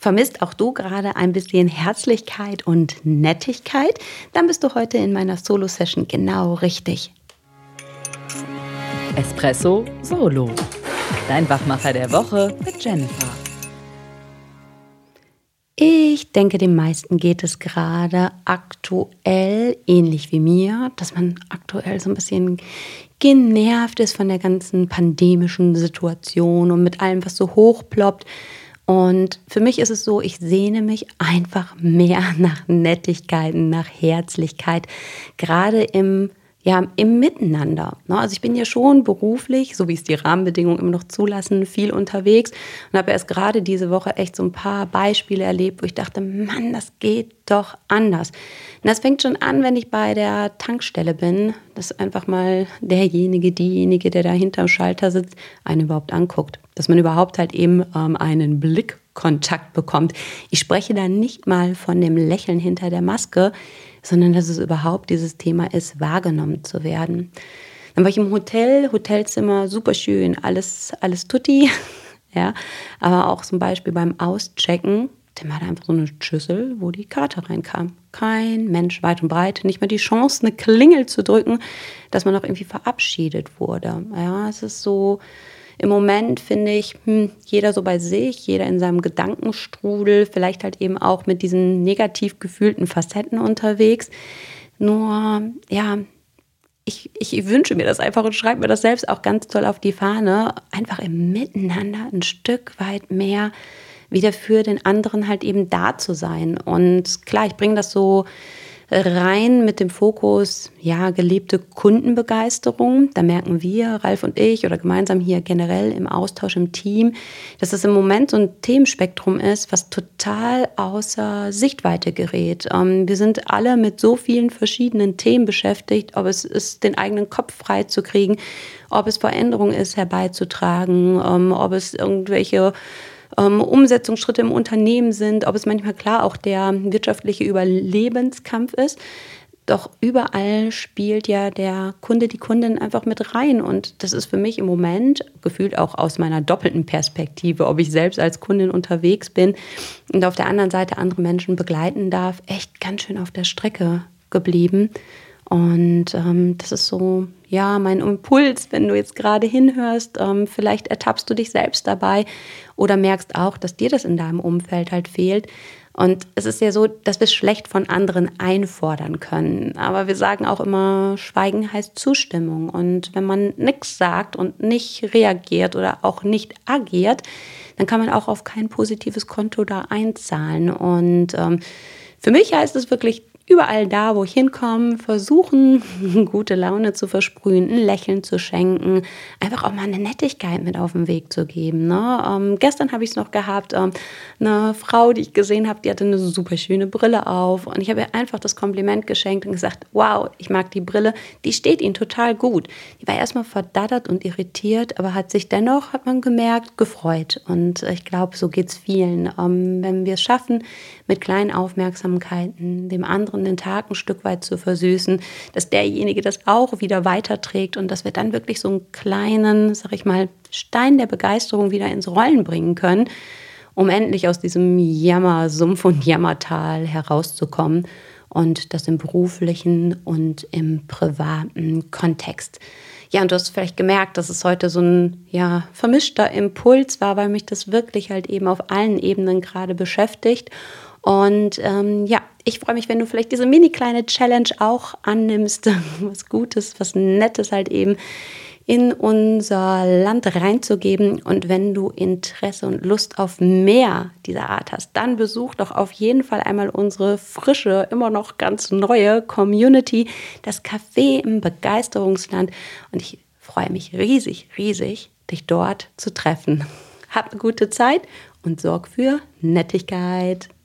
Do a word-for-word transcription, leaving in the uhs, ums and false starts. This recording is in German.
Vermisst auch du gerade ein bisschen Herzlichkeit und Nettigkeit? Dann bist du heute in meiner Solo-Session genau richtig. Espresso Solo. Dein Wachmacher der Woche mit Jennifer. Ich denke, den meisten geht es gerade aktuell ähnlich wie mir, dass man aktuell so ein bisschen genervt ist von der ganzen pandemischen Situation und mit allem, was so hochploppt. Und für mich ist es so, ich sehne mich einfach mehr nach Nettigkeiten, nach Herzlichkeit, gerade im, ja, im Miteinander. Also ich bin ja schon beruflich, so wie es die Rahmenbedingungen immer noch zulassen, viel unterwegs und habe erst gerade diese Woche echt so ein paar Beispiele erlebt, wo ich dachte, Mann, das geht doch anders. Und das fängt schon an, wenn ich bei der Tankstelle bin, dass einfach mal derjenige, diejenige, der da hinterm Schalter sitzt, einen überhaupt anguckt. Dass man überhaupt halt eben ähm, einen Blickkontakt bekommt. Ich spreche da nicht mal von dem Lächeln hinter der Maske, sondern dass es überhaupt dieses Thema ist, wahrgenommen zu werden. Dann war ich im Hotel, Hotelzimmer, super schön, alles, alles tutti. Ja, aber auch zum Beispiel beim Auschecken, der hatte einfach so eine Schüssel, wo die Karte reinkam. Kein Mensch weit und breit, nicht mal die Chance, eine Klingel zu drücken, dass man noch irgendwie verabschiedet wurde. Ja, es ist so, im Moment finde ich, hm, jeder so bei sich, jeder in seinem Gedankenstrudel, vielleicht halt eben auch mit diesen negativ gefühlten Facetten unterwegs. Nur, ja, ich, ich wünsche mir das einfach und schreibe mir das selbst auch ganz toll auf die Fahne, einfach im Miteinander ein Stück weit mehr wieder für den anderen halt eben da zu sein. Und klar, ich bringe das so rein mit dem Fokus, ja, gelebte Kundenbegeisterung. Da merken wir, Ralf und ich, oder gemeinsam hier generell im Austausch im Team, dass es im Moment so ein Themenspektrum ist, was total außer Sichtweite gerät. Ähm, wir sind alle mit so vielen verschiedenen Themen beschäftigt, ob es ist, den eigenen Kopf frei zu kriegen, ob es Veränderungen ist, herbeizutragen, ähm, ob es irgendwelche Ähm, Umsetzungsschritte im Unternehmen sind, ob es manchmal klar auch der wirtschaftliche Überlebenskampf ist. Doch überall spielt ja der Kunde, die Kundin einfach mit rein. Und das ist für mich im Moment, gefühlt auch aus meiner doppelten Perspektive, ob ich selbst als Kundin unterwegs bin und auf der anderen Seite andere Menschen begleiten darf, echt ganz schön auf der Strecke geblieben. Und ähm, das ist so, ja, mein Impuls, wenn du jetzt gerade hinhörst, ähm, vielleicht ertappst du dich selbst dabei oder merkst auch, dass dir das in deinem Umfeld halt fehlt. Und es ist ja so, dass wir es schlecht von anderen einfordern können. Aber wir sagen auch immer, Schweigen heißt Zustimmung. Und wenn man nichts sagt und nicht reagiert oder auch nicht agiert, dann kann man auch auf kein positives Konto da einzahlen. Und ähm, für mich heißt es wirklich, überall da, wo ich hinkomme, versuchen, gute Laune zu versprühen, ein Lächeln zu schenken, einfach auch mal eine Nettigkeit mit auf den Weg zu geben. Ne? Ähm, gestern habe ich es noch gehabt, ähm, eine Frau, die ich gesehen habe, die hatte eine super schöne Brille auf und ich habe ihr einfach das Kompliment geschenkt und gesagt, wow, ich mag die Brille, die steht Ihnen total gut. Die war erstmal verdattert und irritiert, aber hat sich dennoch, hat man gemerkt, gefreut. Und ich glaube, so geht es vielen. Ähm, wenn wir es schaffen, mit kleinen Aufmerksamkeiten dem anderen den Tag ein Stück weit zu versüßen, dass derjenige das auch wieder weiterträgt und dass wir dann wirklich so einen kleinen, sag ich mal, Stein der Begeisterung wieder ins Rollen bringen können, um endlich aus diesem Jammersumpf und Jammertal herauszukommen und das im beruflichen und im privaten Kontext. Ja, und du hast vielleicht gemerkt, dass es heute so ein ja, vermischter Impuls war, weil mich das wirklich halt eben auf allen Ebenen gerade beschäftigt. Und ähm, ja, ich freue mich, wenn du vielleicht diese mini kleine Challenge auch annimmst, was Gutes, was Nettes halt eben in unser Land reinzugeben. Und wenn du Interesse und Lust auf mehr dieser Art hast, dann besuch doch auf jeden Fall einmal unsere frische, immer noch ganz neue Community, das Café im Begeisterungsland. Und ich freue mich riesig, riesig, dich dort zu treffen. Hab eine gute Zeit und sorg für Nettigkeit.